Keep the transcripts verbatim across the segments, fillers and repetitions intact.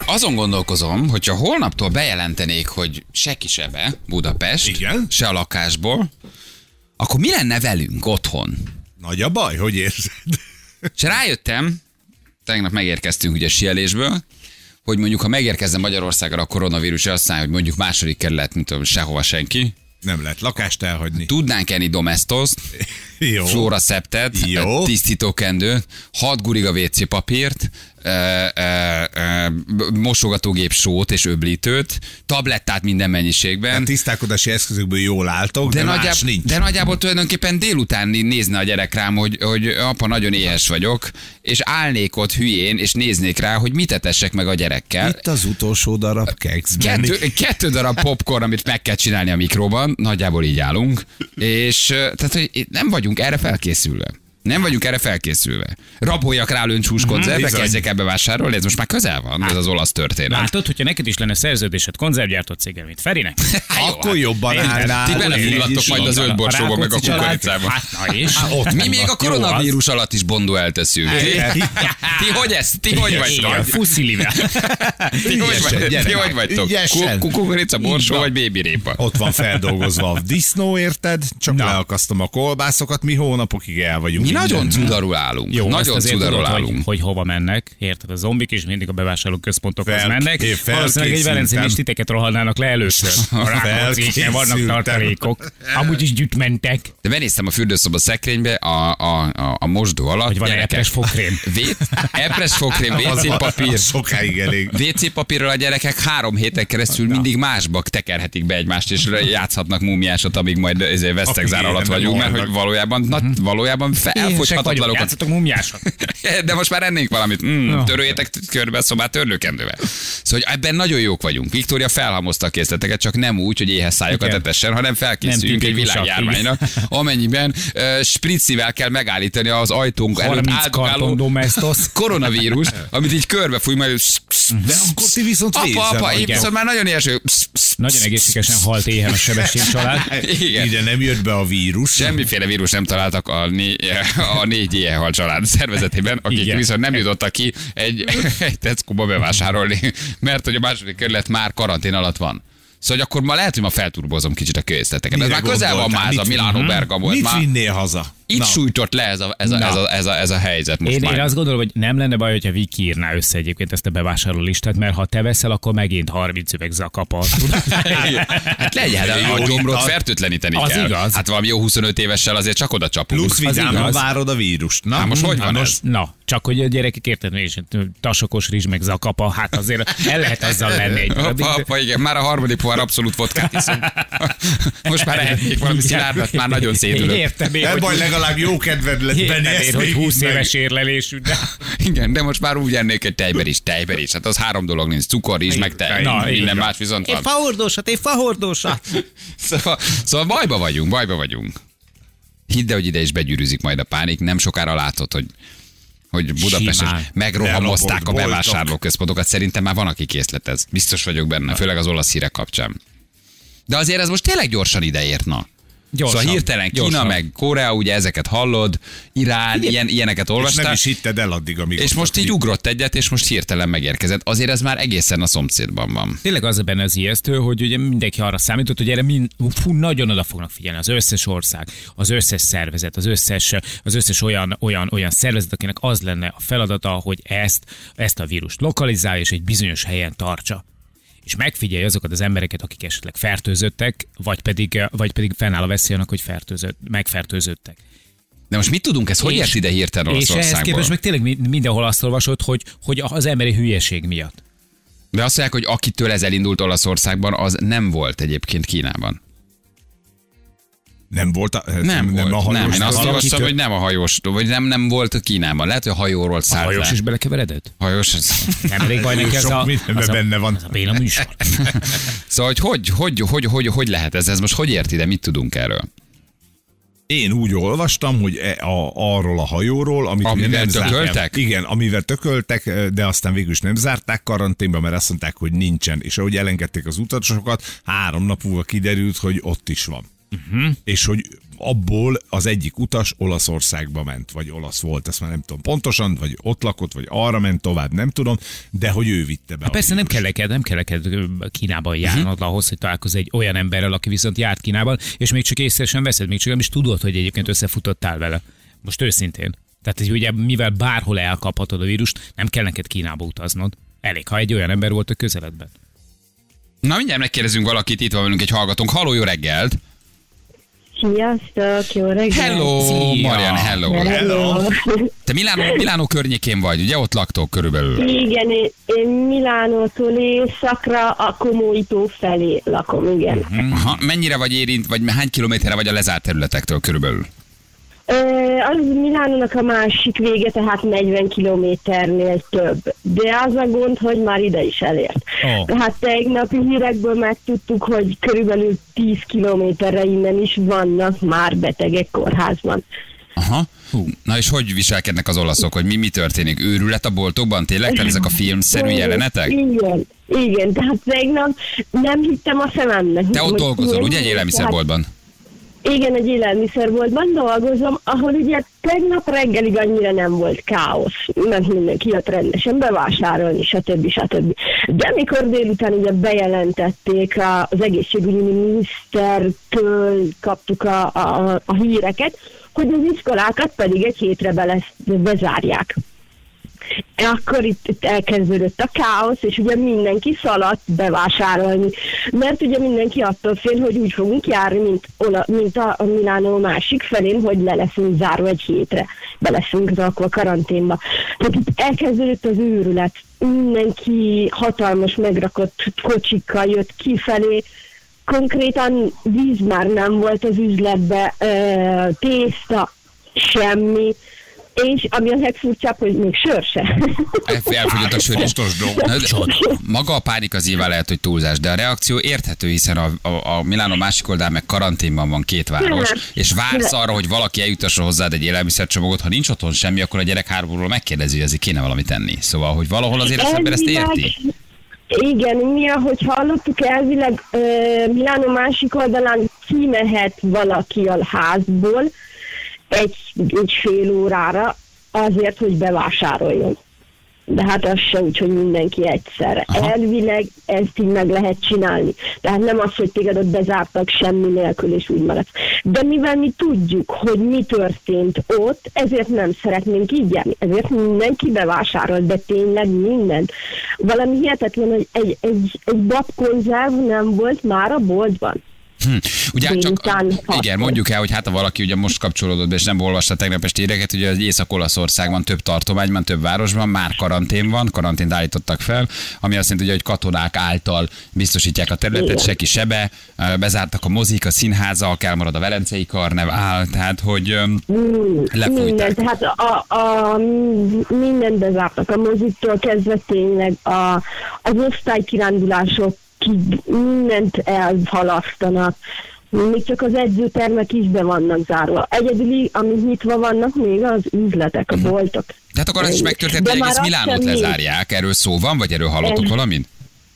azon gondolkozom, hogyha holnaptól bejelentenék, hogy se kisebe Budapest, igen? se a lakásból, akkor mi lenne velünk otthon? Nagy a baj, hogy érzed? És rájöttem, tegnap megérkeztünk ugye sielésből, hogy mondjuk, ha megérkezne Magyarországra a koronavírus, azt mondja, hogy mondjuk második kerület, mint tudom, sehova senki. Nem lehet lakást elhagyni. Tudnánk enni Domestoszt, Floraseptet, tisztítókendőt, hat guriga vé cé papírt, ö, ö, ö, mosogatógép sót és öblítőt, tablettát minden mennyiségben. A tisztálkodási eszközökből jól álltok, de, de más nagyjából, nincs. De nagyjából tulajdonképpen délután nézne a gyerek rám, hogy, hogy apa, nagyon éhes vagyok, és állnék ott hülyén, és néznék rá, hogy mit etessek meg a gyerekkel. Itt az utolsó darab keksz. Kettő, kettő darab popcorn, amit meg kell csinálni a mikróban, nagyjából így állunk, és tehát, hogy nem vagyunk erre felkészülve. Nem vagyunk erre felkészülve. Raboljak rá löncsús konzervbe, kezdjek ebbe vásárolni, ez most már közel van, hát, ez az olasz történet. Látod, hogyha neked is lenne szerződésed konzervgyártó céggel, mint Ferinek? Akkor jobban állnál. Ti belefulladtok majd a zöld borsóba, meg a kukoricába. Hát, na és? Mi még a koronavírus alatt is bondó elteszünk. Ti hogy ezt? Ti hogy vagytok? Fuszilivel. Ti hogy vagytok? Kukorica, borsó vagy bébirépa? Ott van feldolgozva a disznó, érted? Csak leakasztom a kolbászokat, mi hónapokig el vagyunk. Nagyon cudarul állunk. Jó, nagyon cudarul tudod, állunk. hogy, hogy hova mennek. Érted, a zombik is mindig a bevásárló központokhoz Fel, mennek. Valószínűleg egy velencén is titeket rohalnának le először. A rákócziken vannak tartalékok. Amúgy is gyütmentek. De benéztem a fürdőszoba szekrénybe a, a, a, a mosdó alatt. Hogy van epres fogkrém. Epres fogkrém, vé cé papír. Sokáig elég. vé cé papírral a gyerekek három héten keresztül mindig másba tekerhetik be egymást, és játszhatnak múmiásot, amíg majd vesztegzár alatt vagyunk, mert hogy valójában, na, valójában elfogyhatatlanok. Játszatok múmiásot. De most már ennénk valamit. Mm, töröljétek körbe a szobát törlőkendővel. Szóval ebben nagyon jók vagyunk. Viktória felhalmozta a készleteket, csak nem úgy, hogy éhes szájokat etessen, hanem felkészüljünk egy világjárványnak, amennyiben uh, spricivel kell megállítani az ajtónk előtt áldogáló koronavírus, amit így körbefúj, majd de akkor ti viszont apa, apa, én viszont már nagyon éhes vagyok. Nagyon egészségesen halt éhen a Sebestyén család. Igen. Ide nem jött be a vírus. Semmiféle vírus nem találtak a, né- a négy éhehal család szervezetében, akik igen. viszont nem jutottak ki egy, egy Tesco-ba bevásárolni, mert hogy a második kerület már karantén alatt van. Szóval akkor ma lehet, hogy ma felturbozom kicsit a készleteket. Ez már közel van már ez a Milánó Bergamo. Mit már... vinnél haza? Itt Na. sújtott le ez a, ez a, ez a, ez a, ez a helyzet most én, már. Én azt gondolom, hogy nem lenne baj, hogyha Viki írná össze egyébként ezt a bevásárló listát, mert ha te veszel, akkor megint harminc üveg zakapa. Hát legyen, hát a gyomrot fertőtleníteni az kell. Igaz. Hát valami jó huszonöt évessel azért csak oda csapunk. Plusz vidáman várod a vírust. Na, hát most hogy van most, ez? Na, csak hogy a gyerekek érted, és tasokos rizs meg zakapa, hát azért el lehet azzal lenni egy. Apa, apa, igen, már a harmadik pohár abszolút vodkát iszunk. Most már ehetnék valami szilárdat, már nagyon szédülök. Értem én, nem baj, legalább jó kedved lett benni ezt hogy húsz éves érlelésű. De... Igen, de most már úgy ennék egy tejber is, tejber is. Hát az három dolog nincs, cukor is, meg tej. Na, minden más viszont van. Én fahordósat, én fahordósat. Szóval, szóval bajba vagyunk, bajba vagyunk. Hidd el, hogy ide is begyűrűzik majd a pánik. Nem sokára látod, hogy hogy Budapesten megrohamozták a bevásárlóközpontokat. Szerintem már van, aki készletez. Biztos vagyok benne, főleg az olasz hírek kapcsán. De azért ez most tényleg gyorsan ideért, na. Gyorsan, szóval hirtelen Kína, gyorsan. Meg Korea, ugye ezeket hallod, Irán, ilyen, ilyeneket olvastál. És nem is hitted el addig, amíg és most így ugrott egyet, és most hirtelen megérkezett. Azért ez már egészen a szomszédban van. Tényleg az benne az ijesztő, hogy ugye mindenki arra számított, hogy erre mind, fú, nagyon oda fognak figyelni az összes ország, az összes szervezet, az összes, az összes olyan, olyan, olyan szervezet, akinek az lenne a feladata, hogy ezt, ezt a vírust lokalizálja, és egy bizonyos helyen tartsa. És megfigyelj azokat az embereket, akik esetleg fertőzöttek, vagy pedig, vagy pedig fennáll a veszély annak, hogy fertőzött, megfertőzöttek. De most mit tudunk, ez hogy ért ide hirtelen Olaszországból? És ehhez képest meg tényleg mindenhol azt olvasod, hogy, hogy az emberi hülyeség miatt. De azt mondják, hogy akitől ez elindult Olaszországban, az nem volt egyébként Kínában. Nem volt a, nem, nem, volt, a hajós. Nem, én azt olvastam, hogy nem a hajós, vagy nem, nem volt a Kínában. Lehet, hogy a hajóról szállt. A hajós is belekeveredett? Hajós, az... Nem elég baj neki ez a... Az a, benne van. Az a Béla műsor. Szóval, hogy hogy, hogy, hogy, hogy hogy lehet ez? Ez most hogy ért ide? Mit tudunk erről? Én úgy olvastam, hogy a, arról a hajóról, amit amivel tököltek? Igen, amivel tököltek, de aztán végül is nem zárták karanténba, mert azt mondták, hogy nincsen. És ahogy elengedték az utasokat, három nap múlva kiderült, hogy ott is van. Uh-huh. És hogy abból az egyik utas Olaszországba ment, vagy olasz volt, ezt már nem tudom pontosan, vagy ott lakott, vagy arra ment tovább, nem tudom, de hogy ő vitte be. Hát persze nem kell neked, nem kell neked Kínában járnod uh-huh. ahhoz, hogy találkozz egy olyan emberrel, aki viszont járt Kínában, és még csak észre sem veszed, még csak nem is tudod, hogy egyébként összefutottál vele. Most őszintén. Tehát, hogy ugye mivel bárhol elkaphatod a vírust, nem kell neked Kínába utaznod. Elég, ha egy olyan ember volt a közeledben. Na mindjárt megkérdezünk valakit, itt van velünk egy hallgatónk. Halló, jó reggelt! Sziasztok, jó reggelt! Hello, Szia. Marian, hello. Hello. Te Milánó, Milánó környékén vagy, ugye ott laktok körülbelül? Igen, én, én Milánótól északra a Komóitó felé lakom, igen. Aha, mennyire vagy érint, vagy hány kilométerre vagy a lezárt területektől körülbelül? Az Milánónak a másik vége, tehát negyven kilométernél több. De az a gond, hogy már ide is elért. Oh. Tehát tegnapi hírekből megtudtuk, hogy körülbelül tíz kilométerre innen is vannak már betegek kórházban. Aha. Hú. Na és hogy viselkednek az olaszok, hogy mi, mi történik? Őrület a boltokban? Tényleg? Tehát ezek a filmszerű jelenetek? Igen, igen, tehát tegnap nem hittem a szememnek. Te ott dolgozol, ugye, egy élelmiszerboltban? Igen, egy élelmiszerboltban dolgozom, ahol ugye tegnap reggelig annyira nem volt káosz, mert mindenki jött rendesen bevásárolni, stb. stb. De amikor délután ugye bejelentették az egészségügyi minisztertől, kaptuk a, a, a híreket, hogy az iskolákat pedig egy hétre be lesz, bezárják. Akkor itt, itt elkezdődött a káosz, és ugye mindenki szaladt bevásárolni, mert ugye mindenki attól fél, hogy úgy fogunk járni, mint, Ola, mint a, a Milánó másik felén, hogy le leszünk zárva egy hétre, be leszünk rakva karanténba. Tehát itt elkezdődött az őrület, mindenki hatalmas megrakott kocsikkal jött kifelé, konkrétan víz már nem volt az üzletbe, tészta, semmi, és ami a legfurcsább, hogy még sör se. Elfogyott a sör is. Maga a pánik az nyilván lehet, hogy túlzás, de a reakció érthető, hiszen a, a, a Milánó másik oldalán meg karanténban van két város, és vársz arra, hogy valaki eljutassa hozzád egy élelmiszercsomagot, ha nincs otthon semmi, akkor a gyerek háromról megkérdezi, hogy azért kéne valamit tenni. Szóval, hogy valahol azért az ember ezt érti. Igen, mi, ahogy hallottuk, elvileg uh, Milánó másik oldalán kimehet valaki a házból, egy, egy fél órára azért, hogy bevásároljon. De hát az se úgy, hogy mindenki egyszerre. Aha. Elvileg ezt így meg lehet csinálni. Tehát nem az, hogy téged ott bezártak semmi nélkül, és úgy maradsz. De mivel mi tudjuk, hogy mi történt ott, ezért nem szeretnénk így járni. Ezért mindenki bevásárol, de tényleg minden. Valami hihetetlen, hogy egy, egy, egy babkonzerv nem volt már a boltban. Hm. Ugye csak, igen, mondjuk el, hogy hát ha valaki ugye most kapcsolódott be, és nem olvasta tegnap esti híreket, ugye az Észak-Olaszországban több tartományban, több városban már karantén van, karantént állítottak fel, ami azt jelenti, hogy katonák által biztosítják a területet, igen. Seki sebe, bezártak a mozik, a színházak, elmarad a Velencei Karnevál, tehát hogy mm, lefújták. Minden, tehát a, a, minden bezártak, a moziktól kezdve tényleg a, az osztálykirándulások, mindent elhalasztanak. Még csak az edzőtermek is be vannak zárva. Egyedüli, amik nyitva vannak, még az üzletek, a boltok. Tehát akkor az is megtörtént, hogy egész Milánót lezárják. Erről szó van, vagy erről hallottok valamit?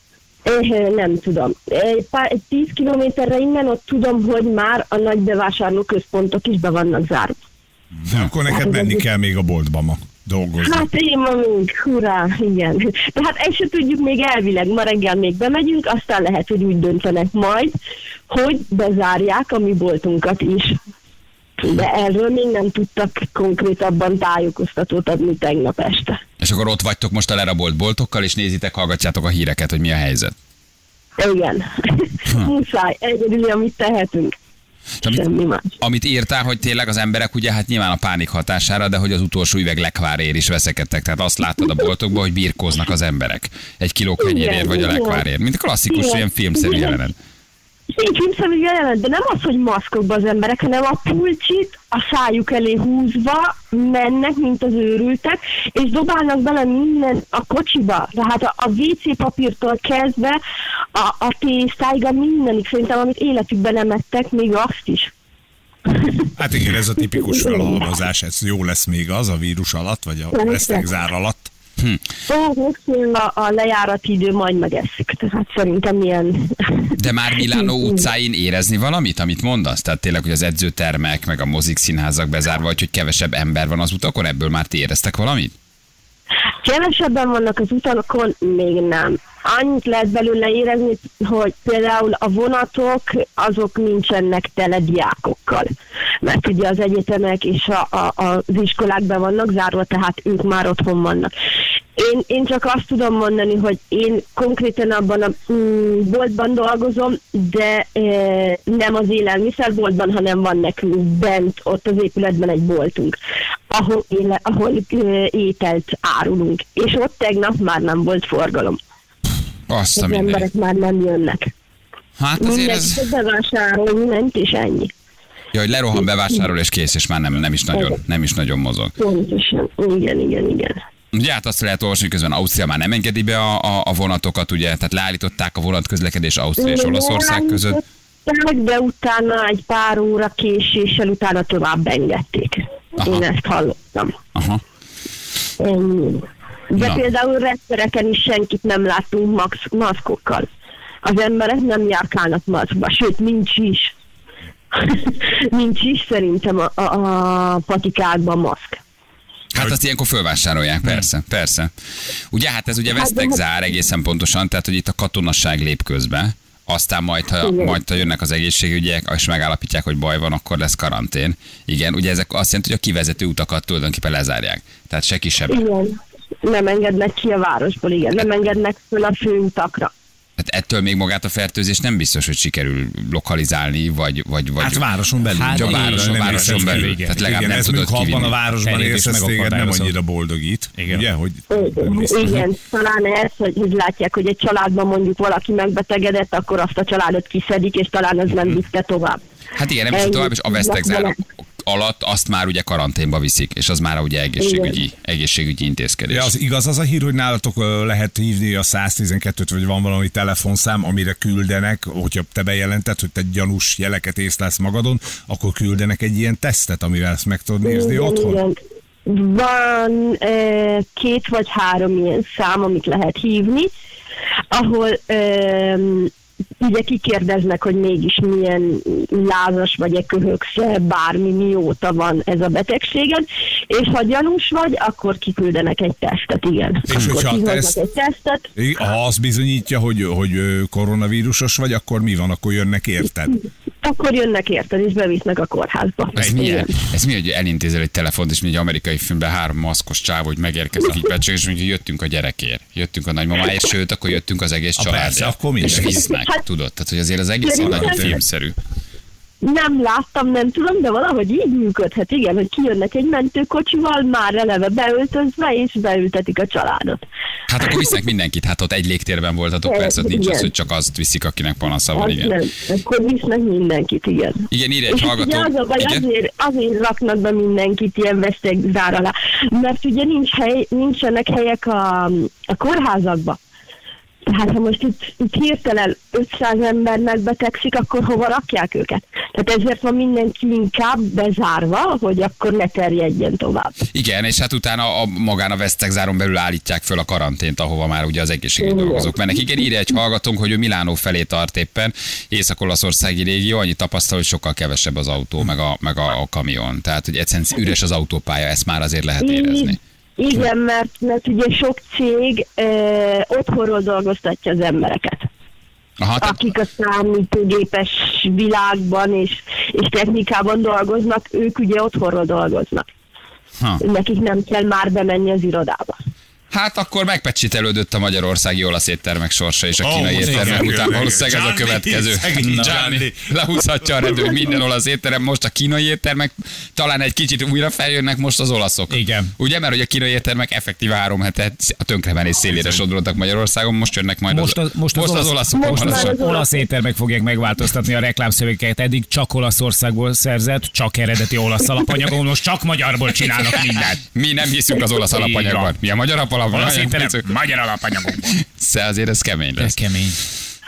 Nem tudom. Egy tíz kilométerre innen ott tudom, hogy már a nagy bevásárlóközpontok is be vannak zárva. De akkor neked menni kell még a boltba ma dolgozni. Hát én ma még, hurrá, igen. Tehát ezt se tudjuk még elvileg, ma reggel még bemegyünk, aztán lehet, hogy úgy döntenek majd, hogy bezárják a mi boltunkat is. De erről még nem tudtak konkrétabban tájékoztatót adni tegnap este. És akkor ott vagytok most a lerabolt boltokkal, és nézitek, hallgatjátok a híreket, hogy mi a helyzet. Igen. Muszáj, egyedül, amit tehetünk. Amit, amit írtál, hogy tényleg az emberek ugye hát nyilván a pánik hatására, de hogy az utolsó üveg lekvárért is veszekedtek. Tehát azt láttad a boltokban, hogy birkóznak az emberek. Egy kiló kenyérért vagy a lekvárért. Mint a klasszikus igen. Ilyen filmszerű jelenet. Így filmszerű jelenet, de nem az, hogy maszkokba az emberek, hanem a pulcsit a szájuk elé húzva mennek, mint az őrültek, és dobálnak bele minden a kocsiba. Tehát a, a vé cé papírtól kezdve a, a tésztáig, a mindenik, szerintem, amit életükben nem ettek, még azt is. Hát igen, ez a tipikus felhalmozás, ez jó lesz még az a vírus alatt, vagy a vesztegzár alatt. Hm. A, a lejárati idő, majd megesszük. Tehát szerintem ilyen... De már Milánó utcáin érezni valamit, amit mondasz? Tehát tényleg, hogy az edzőtermek, meg a mozik, színházak bezárva, vagy hogy kevesebb ember van az utakon, ebből már ti éreztek valamit? Kevesebben vannak az utakon, még nem. Annyit lehet belőle érezni, hogy például a vonatok, azok nincsenek tele diákokkal. Mert ugye az egyetemek és a, a, az iskolák be vannak zárva, tehát ők már otthon vannak. Én, én csak azt tudom mondani, hogy én konkrétan abban a mm, boltban dolgozom, de e, nem az élelmiszerboltban, hanem van nekünk bent, ott az épületben egy boltunk, ahol, éle, ahol e, ételt árulunk. És ott tegnap már nem volt forgalom. Azt az mindenit. Emberek már nem jönnek. Hát azért Mindenki ez... bevásárolni ment, és ennyi. Ja, hogy lerohan, bevásárol és kész, és már nem, nem, is, nagyon, nem is nagyon mozog. Pontosan. Igen, igen, igen. Ugye hát azt lehet olvasni, hogy közben Ausztria már nem engedi be a, a, a vonatokat, ugye, tehát leállították a vonatközlekedés Ausztria és Olaszország között. De utána egy pár óra késéssel utána tovább engedték. Aha. Én ezt hallottam. Aha. Ennyi. De Na. például reptereken is senkit nem láttunk max, maszkokkal. Az emberek nem járkálnak maszkba, sőt, nincs is. nincs is szerintem a, a, a patikákban maszk. Hát azt ilyenkor fölvásárolják, persze, persze. Ugye hát ez ugye vesztek zár egészen pontosan, tehát hogy itt a katonasság lép közbe, aztán majd ha, majd, ha jönnek az egészségügyek, és megállapítják, hogy baj van, akkor lesz karantén. Igen, ugye ezek azt jelenti, hogy a kivezető utakat tulajdonképpen lezárják. Tehát se kisebb. Igen, nem engednek ki a városból, igen, nem engednek föl a főutakra. Hát ettől még magát a fertőzést nem biztos, hogy sikerül lokalizálni, vagy... vagy, vagy hát városon belül. Hát, a városon, nem városon érzed, belül. igen. Tehát legalább igen, nem tudod ha kivinni. abban a városban Terjedés érzed, téged nem megakadályozott. annyira boldogít. Igen. Ugye, hogy Igen, talán ez, hogy, hogy látják, hogy egy családban mondjuk valaki megbetegedett, akkor azt a családot kiszedik, és talán az nem vitte tovább. Hát igen, nem is tovább, és a vesztegzár alatt azt már ugye karanténba viszik, és az már ugye egészségügyi, egészségügyi intézkedés. Ja, az igaz az a hír, hogy nálatok ö, lehet hívni a száz tizenkettőt, vagy van valami telefonszám, amire küldenek, hogyha te bejelented, hogy te gyanús jeleket észlelsz magadon, akkor küldenek egy ilyen tesztet, amivel ezt meg tudod nézni Igen, otthon? igen. Van e, két vagy három ilyen szám, amit lehet hívni, ahol e, ugye kikérdeznek, hogy mégis milyen lázas vagy-e, köhögsz-e, bármi, mióta van ez a betegséged, és ha gyanús vagy, akkor kiküldenek egy tesztet, igen. És akkor hogyha a kihoznak teszt- egy tesztet. Ha az bizonyítja, hogy, hogy ö, koronavírusos vagy, akkor mi van? Akkor jönnek érted? Akkor jönnek érted, és bevisznek a kórházba. Ez mi, Igen. ez mi, hogy elintézel egy telefont, és mi egy amerikai filmben három maszkos csávó, hogy megérkezik így becsek, és mondjuk, jöttünk a gyerekért, jöttünk a nagymamáért, sőt, akkor jöttünk az egész A persze, családért. akkor És mindenki. visznek, Hát- tudod? Tehát, hogy azért az egész Szerintem- nagyon filmszerű. Nem láttam, nem tudom, de valahogy így működhet, igen, hogy kijönnek egy mentőkocsival, már eleve beöltözve, és beültetik a családot. Hát akkor visznek mindenkit, hát ott egy légtérben voltatok, persze, ott nincs az, hogy csak azt viszik, akinek panasza van, Az igen. nem. Akkor visznek mindenkit, igen. Igen, írja egy És hallgató. ugye az a baj, Igen? azért, azért raknak be mindenkit ilyen vesztegzár alá, mert ugye nincs hely, nincsenek helyek a, a kórházakba. Tehát ha most itt, itt hirtelen ötszáz ember megbetegszik, akkor hova rakják őket? Tehát ezért van mindenki inkább bezárva, hogy akkor ne terjedjen tovább. Igen, és hát utána a, magán a vesztegzáron belül állítják föl a karantént, ahova már ugye az egészségügyi Igen. dolgozók mennek. Igen, írja egy hallgatónk, hogy ő Milánó felé tart éppen, észak-olaszországi régió, annyit tapasztal, hogy sokkal kevesebb az autó, meg a, meg a, a kamion. Tehát, hogy egyszerűen üres az autópálya, ezt már azért lehet érezni. Igen, mert, mert ugye sok cég ö, otthonról dolgoztatja az embereket. Aha, te, Akik a számítógépes világban és, és technikában dolgoznak, ők ugye otthonról dolgoznak. ha. Nekik nem kell már bemenni az irodába. Hát akkor megpecsítelődött a magyarországi olasz éttermek sorsa és a Ó, kínai igen, éttermek igen, után. igen. Valószínűleg ez a Gianni, következő. szegény Gianni Gianni. lehúzhatja a redőt minden olasz étterem, most a kínai éttermek talán egy kicsit újra feljönnek, most az olaszok. Igen. Ugye, mert hogy a kínai éttermek effektíve három hetet a tönkremenés szélére sodródtak Magyarországon, most jönnek majd Most az, most az, most az olasz, olaszok. most most már az az olasz- olasz éttermek fogják megváltoztatni a reklámszövegeket. Eddig csak Olaszországból szerzett, csak eredeti olasz alapanyagon, most csak magyarból csinálnak mindent. Mi nem hiszünk az olasz Így alapanyagban. van. Mi a magyar alapanyagban? Olasz Nem étterem, hiszünk. magyar alapanyagokból. Szóval azért ez kemény Ez lesz. kemény.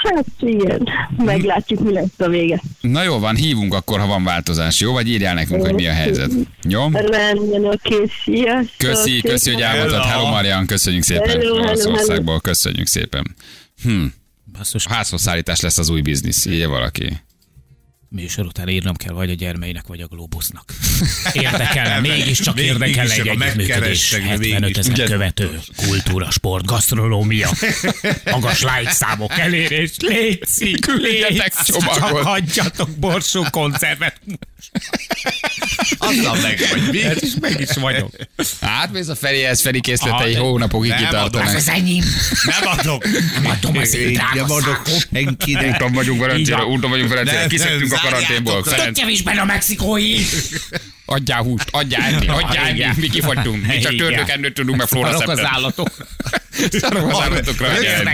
Hát igen, meglátjuk, mi lesz a vége. Na jó van, hívunk akkor, ha van változás, jó? Vagy írjál nekünk, hogy mi a helyzet. Jó? Rendben, oké, sziasztok. Köszi, köszi, hogy elmondtad. Hello, Marian, köszönjük szépen. Olaszországból, köszönjük szépen. Hm. Házhozszállítás lesz az új biznisz, írja valaki. Műsor után írnom kell vagy a Gyermeinek, vagy a Globusnak. Érdekelne, mégiscsak érdekelne egy együttműködés. hetvenöt ezer követő, kultúra, sport, gasztronómia, magas like számok elérés, létszik, küldjetek csomagot. Csak hagyjatok borsó koncervet. Azzal meg vagy mi? Ez is meg is vagyok. Átmész a Ferihez, Feri készletei hónapokig kitartanak. Ez az enyém. Nem adok. Adom az én drága Nem adok senkinek. Úton vagyunk Velencére, úton vagyunk Velencére, kiszedtünk a karanténból. Tudja is benne a mexikói. Adjál húst, adjál enni, adjál enni, mi kifogytunk. Mi csak törnökendőt tudunk, meg flóra Szarok az szeptem. állatok. Szarok az állatokra.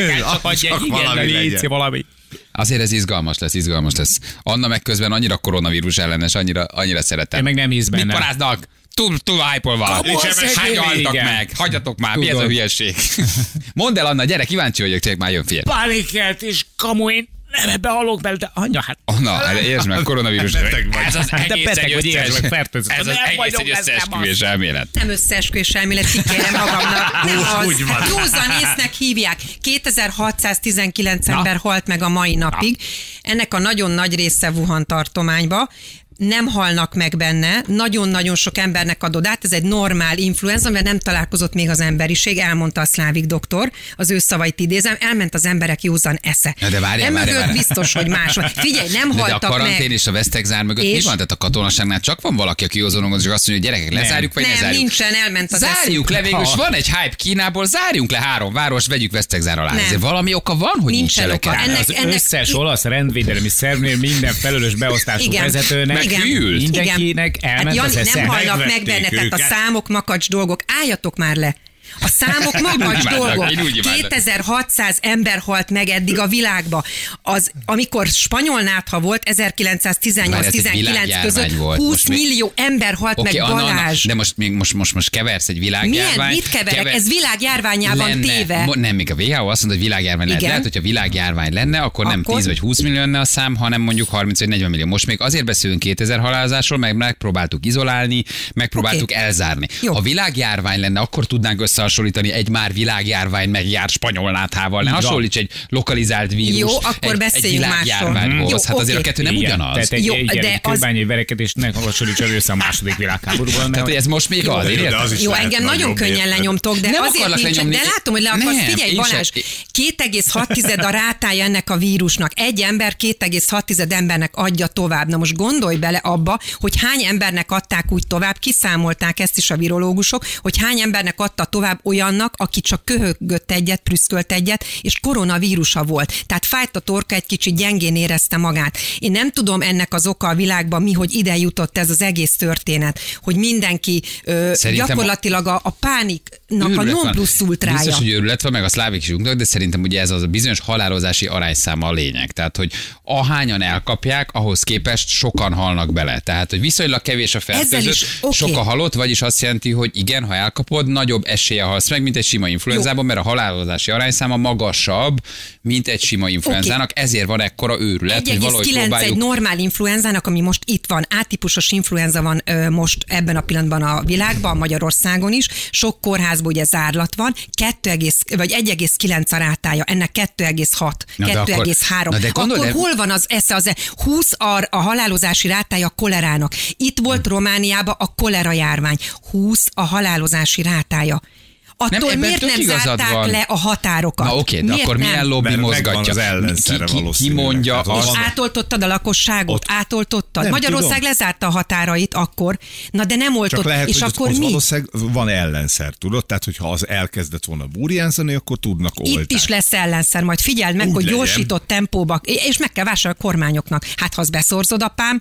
Csak valami legyen. valami. Azért ez izgalmas lesz, izgalmas lesz. Anna meg közben annyira koronavírus ellenes, annyira, annyira szeretem. Én meg nem hisz benne. Mit paráznak? Túl, túl hype-olva. Hagyjaltak meg, hagyjatok már, mi ez a hülyeség? Mondd el, Anna, gyere, kíváncsi vagyok, tényleg már jön, figyelj. Pánikelt és kamu, én nem ebbe halok bele, de anya, hát... Anna, hát értsd meg, koronavírus. Ez az egész egy összes, ez az egész egy összeesküvés elmélet. Nem összeesküvés elmélet, kikérem magamnak. Nem az. Józan észnek hívják. kétezer-hatszáztizenkilenc ember halt meg a mai napig. Ennek a nagyon nagy része Wuhan tartományba. Nem halnak meg benne, nagyon-nagyon sok embernek adod át, ez egy normál influenza, mert nem találkozott még az emberiség, elmondta a Szlávik doktor, az ő szavait idézem, elment az emberek józan esze. Na de várjál, Emögött várjál, biztos, hogy más van. Figyelj, nem de haltak de a karantén meg. és a vesztegzár mögött És? mi van? Tehát a katonaságnál csak van valaki, aki józanodott, és azt mondja, hogy gyerekek, lezárjuk, vagy Nem, ne zárjuk? nincsen, elment az Zárjuk le, eszük. végül is van egy hype Kínából, zárjunk le három város, vegyük vesztegzár alá. Nem. Ezért valami oka van, hogy Nincsen nincs oka. ennek. Ennek- Az összes olasz rendvédelmi szervnél minden felelős beosztású Igen. vezetőnek, Igen. hűlt. mindenkinek elment Hát Jani, az esze. nem halnak meg Megvették benne, tehát a őket. számok makacs dolgok. Álljatok már le! A számok makacs imádlak, dolgok. én úgy imádlak. kétezer-hatszáz ember halt meg eddig a világba. Az, amikor spanyol nátha volt, ezerkilencszáztizennyolc-tizenkilenc Várj, ez egy között világjárvány volt. húsz Most még- millió ember halt Oké, meg, Anna, Anna, Balázs. de most, még most, most, most keversz egy világjárvány. Milyen? Mit keverek? Kever- Ez világjárványá van lenne, téve. mo- Nem, még a vé há o azt mondta, hogy világjárvány lehet. Igen. Lehet, hogyha világjárvány lenne, akkor, nem Akkor? tíz vagy húsz millió lenne a szám, hanem mondjuk harminc vagy negyven millió. Most még azért beszélünk kétezer halálozásról, meg megpróbáltuk izolálni, megpróbáltuk Oké. elzárni. Jó. Ha világjárvány lenne, akkor tudnánk összehasonlítani egy már világjárvány megjárt spanyol náthával. Ne Így van. hasonlíts egy lokalizált vírus. Jó, akkor egy, egy beszéljünk világjárványhoz. másról. Hát Jó, azért a oké. kettő nem Igen, ugyanaz. Tehát egy, Jó, igen, de egy az- kőbányai verekedést ne hasonlíts össze a második világháborúban. Tehát, mert hogy ez most még az, de érted? az is Jó, lehet engem nagyon nagyobb, könnyen érted? lenyomtok, de Nem azért akarlak nincs, lenyomni. de látom, hogy le akarsz. Nem, Figyelj, én Balázs, sem. két egész hat a rátája ennek a vírusnak. Egy ember két egész hat embernek adja tovább. Na most gondolj bele abba, hogy hány embernek adták úgy tovább, kiszámolták ezt is a virológusok, hogy hány embernek adta tovább olyannak, aki csak köhögött egyet, prüszkölt egyet, és koronavírusa volt. Tehát fájt a torka, egy kicsit gyengén érezte magát. Én nem tudom ennek az oka a világban mi, hogy ide jutott ez az egész történet, hogy mindenki ö, Szerintem gyakorlatilag a, a pániknak a Őrület non van. plus ultrája. Biztos, hogy őrület van, meg a szlávik is unknak, de szerintem ugye ez az a bizonyos halálozási arányszáma a lényeg. Tehát, hogy ahányan elkapják, ahhoz képest sokan halnak bele. Tehát, hogy viszonylag kevés a fertőzött, is, oké. sok a halott, vagyis azt jelenti, hogy igen, ha elkapod, nagyobb esélye halsz meg, mint egy sima influenzában, mert a halálozási arányszáma magasabb, mint egy sima influenzának. Ezért van ekkora őrület, hogy valahogy egy egész kilenc egy próbáljuk. normál influenzának, ami most itt van, A-típusos influenza van ö, most ebben a pillanatban a világban, Magyarországon is, sok kórházban ugye zárlat van, kettő egész, vagy egy egész kilenc a rátája, ennek kettő egész hat, Na de kettő akkor- egész három. na de gondold Akkor el- hol van az esze, az e- húsz a, a halálozási rátája a kolerának. Itt volt Romániában a kolera járvány, húsz a halálozási rátája. Attól ebben miért tök nem igazad zárták van. le a határokat? Na oké, de Miért akkor nem? milyen lobby Mert megvan mozgatja? az ellenszere ki, ki, ki valószínűleg. mondja Hát azt? van- És átoltottad a lakosságot? Ott- Átoltottad? Nem Magyarország tudom. lezárta a határait akkor, na de nem oltott, Csak lehet, és hogy akkor az mi? valószínűleg van ellenszer, tudod? Tehát, hogyha az elkezdett volna burjánzani, akkor tudnak oltani. Itt is lesz ellenszer, majd figyeld meg, Úgy hogy legyen. gyorsított tempóba, és meg kell vásárolni a kormányoknak. Hát ha azt beszorzod, apám,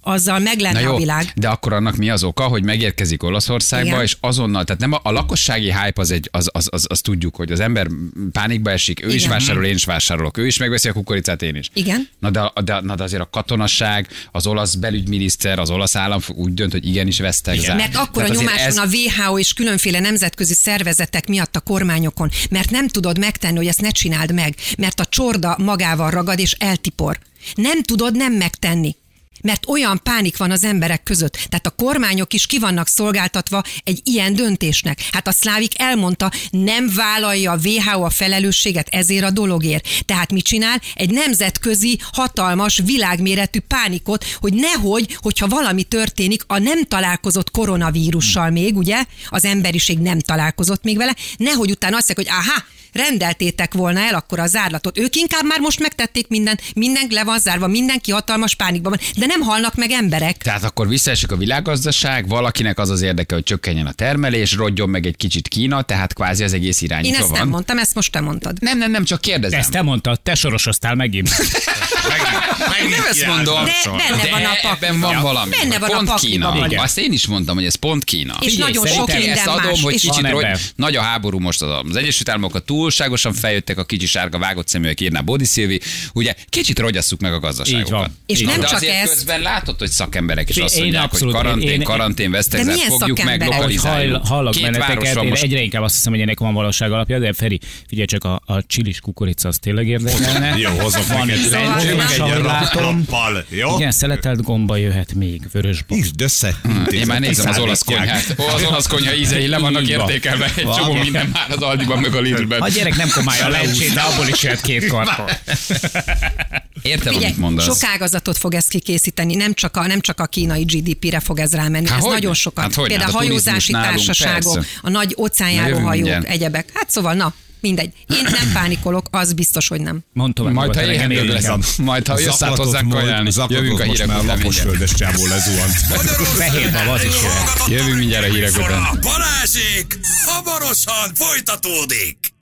azzal meg lenne Na jó, a világ. de akkor annak mi az oka, hogy megérkezik Olaszországba, Igen. és azonnal, tehát nem a, a lakossági hype az, egy, az, az, az, az tudjuk, hogy az ember pánikba esik, ő Igen. is vásárol, én is vásárolok, ő is megveszi a kukoricát, én is. Igen. Na de, de, na de azért a katonasság, az olasz belügyminiszter, az olasz állam úgy dönt, hogy igenis vesztek zár. Mert akkor a Tehát azért nyomás ez- van a vé há ó és különféle nemzetközi szervezetek miatt a kormányokon, mert nem tudod megtenni, hogy ezt ne csináld meg, mert a csorda magával ragad és eltipor. Nem tudod nem megtenni. Mert olyan pánik van az emberek között. Tehát a kormányok is ki vannak szolgáltatva egy ilyen döntésnek. Hát a Szlávik elmondta, nem vállalja a vé há ó a felelősséget ezért a dologért. Tehát mit csinál? Egy nemzetközi, hatalmas, világméretű pánikot, hogy nehogy, hogyha valami történik, a nem találkozott koronavírussal még, ugye, az emberiség nem találkozott még vele, nehogy utána azt mondják, hogy aha, rendeltétek volna el akkor a zárlatot. Ők inkább már most megtették mindent, mindenki le van zárva, mindenki hatalmas pánikban van, de nem halnak meg emberek. Tehát akkor visszaesik a világgazdaság, valakinek az az érdeke, hogy csökkenjen a termelés, rodjon meg egy kicsit Kína, tehát kvázi az egész Én irányítva ezt van. nem mondtam, ezt most te mondtad. Nem, nem, nem, csak kérdezem. Ezt te mondtad, te sorosoztál megint. Én nem ezt mondom. De benne van a De pakliban. ebben van valami. Benne van a Pont pakliban Kína. vagy. Azt én is mondtam, hogy ez pont Kína. És Figyelj, nagyon sok szerintem minden Ezt adom, más. hogy És kicsit van rogy, ebben. nagy a háború most az Egyesült Államokat túlságosan feljöttek a kicsi sárga vágott szeműek, írná Body Szilvi. Ugye kicsit rogyasszuk meg a Így gazdaságokat. van. És Így nem van. De csak azért ezt. közben látod, hogy szakemberek is Én azt mondják, abszolút- hogy karantén, én- karantén, De vesztegzár, milyen fogjuk meg, szakemberek? Ahogy hall, lokalizáljuk. hallok Két benneteket, városra én most. egyre inkább azt hiszem, hogy ennek van valóság alapja, de Feri, figyelj csak, a, a csilis kukorica az tényleg érdekelne. Jó, hozok Van neked zöldség, egy és ahogy látom, rappal, jó? igen, szeletelt gomba jöhet még, vörösbab. Írd össze. Én már nézem az olasz konyhát. Ó, az olasz konyha ízei le vannak Így van. értékelve. Egy Van. csomó minden már az Aldiban, meg a Lidlben. A gyerek nem komálja a lencsét, de abból is jöhet két karton. Értem, Figyelj, amit mondasz. sok ágazatot fog ezt kikészíteni, nem csak a, nem csak a kínai gé dé pére fog ez rámenni, Há, ez hogyne? nagyon sokat. Hát hogyne? Például Hát a hajózási turizmus nálunk, társaságok, persze. a nagy Na, óceánjáró jövünk hajók, mindjárt. egyebek. Hát szóval, na, mindegy. Én nem pánikolok, az biztos, hogy nem. Mondd tovább. Majd, ha nyugodtan, engem éheződ érdekel. lesz. Majd, ha jössz át hozzánk kajálni. Jövünk a hírek már után lapos mindjárt. földes csávó lezuhant. Fehér bab, az is jöhet. Jövünk mindjárt a hírek után. Balázsék, hamarosan folytatódik!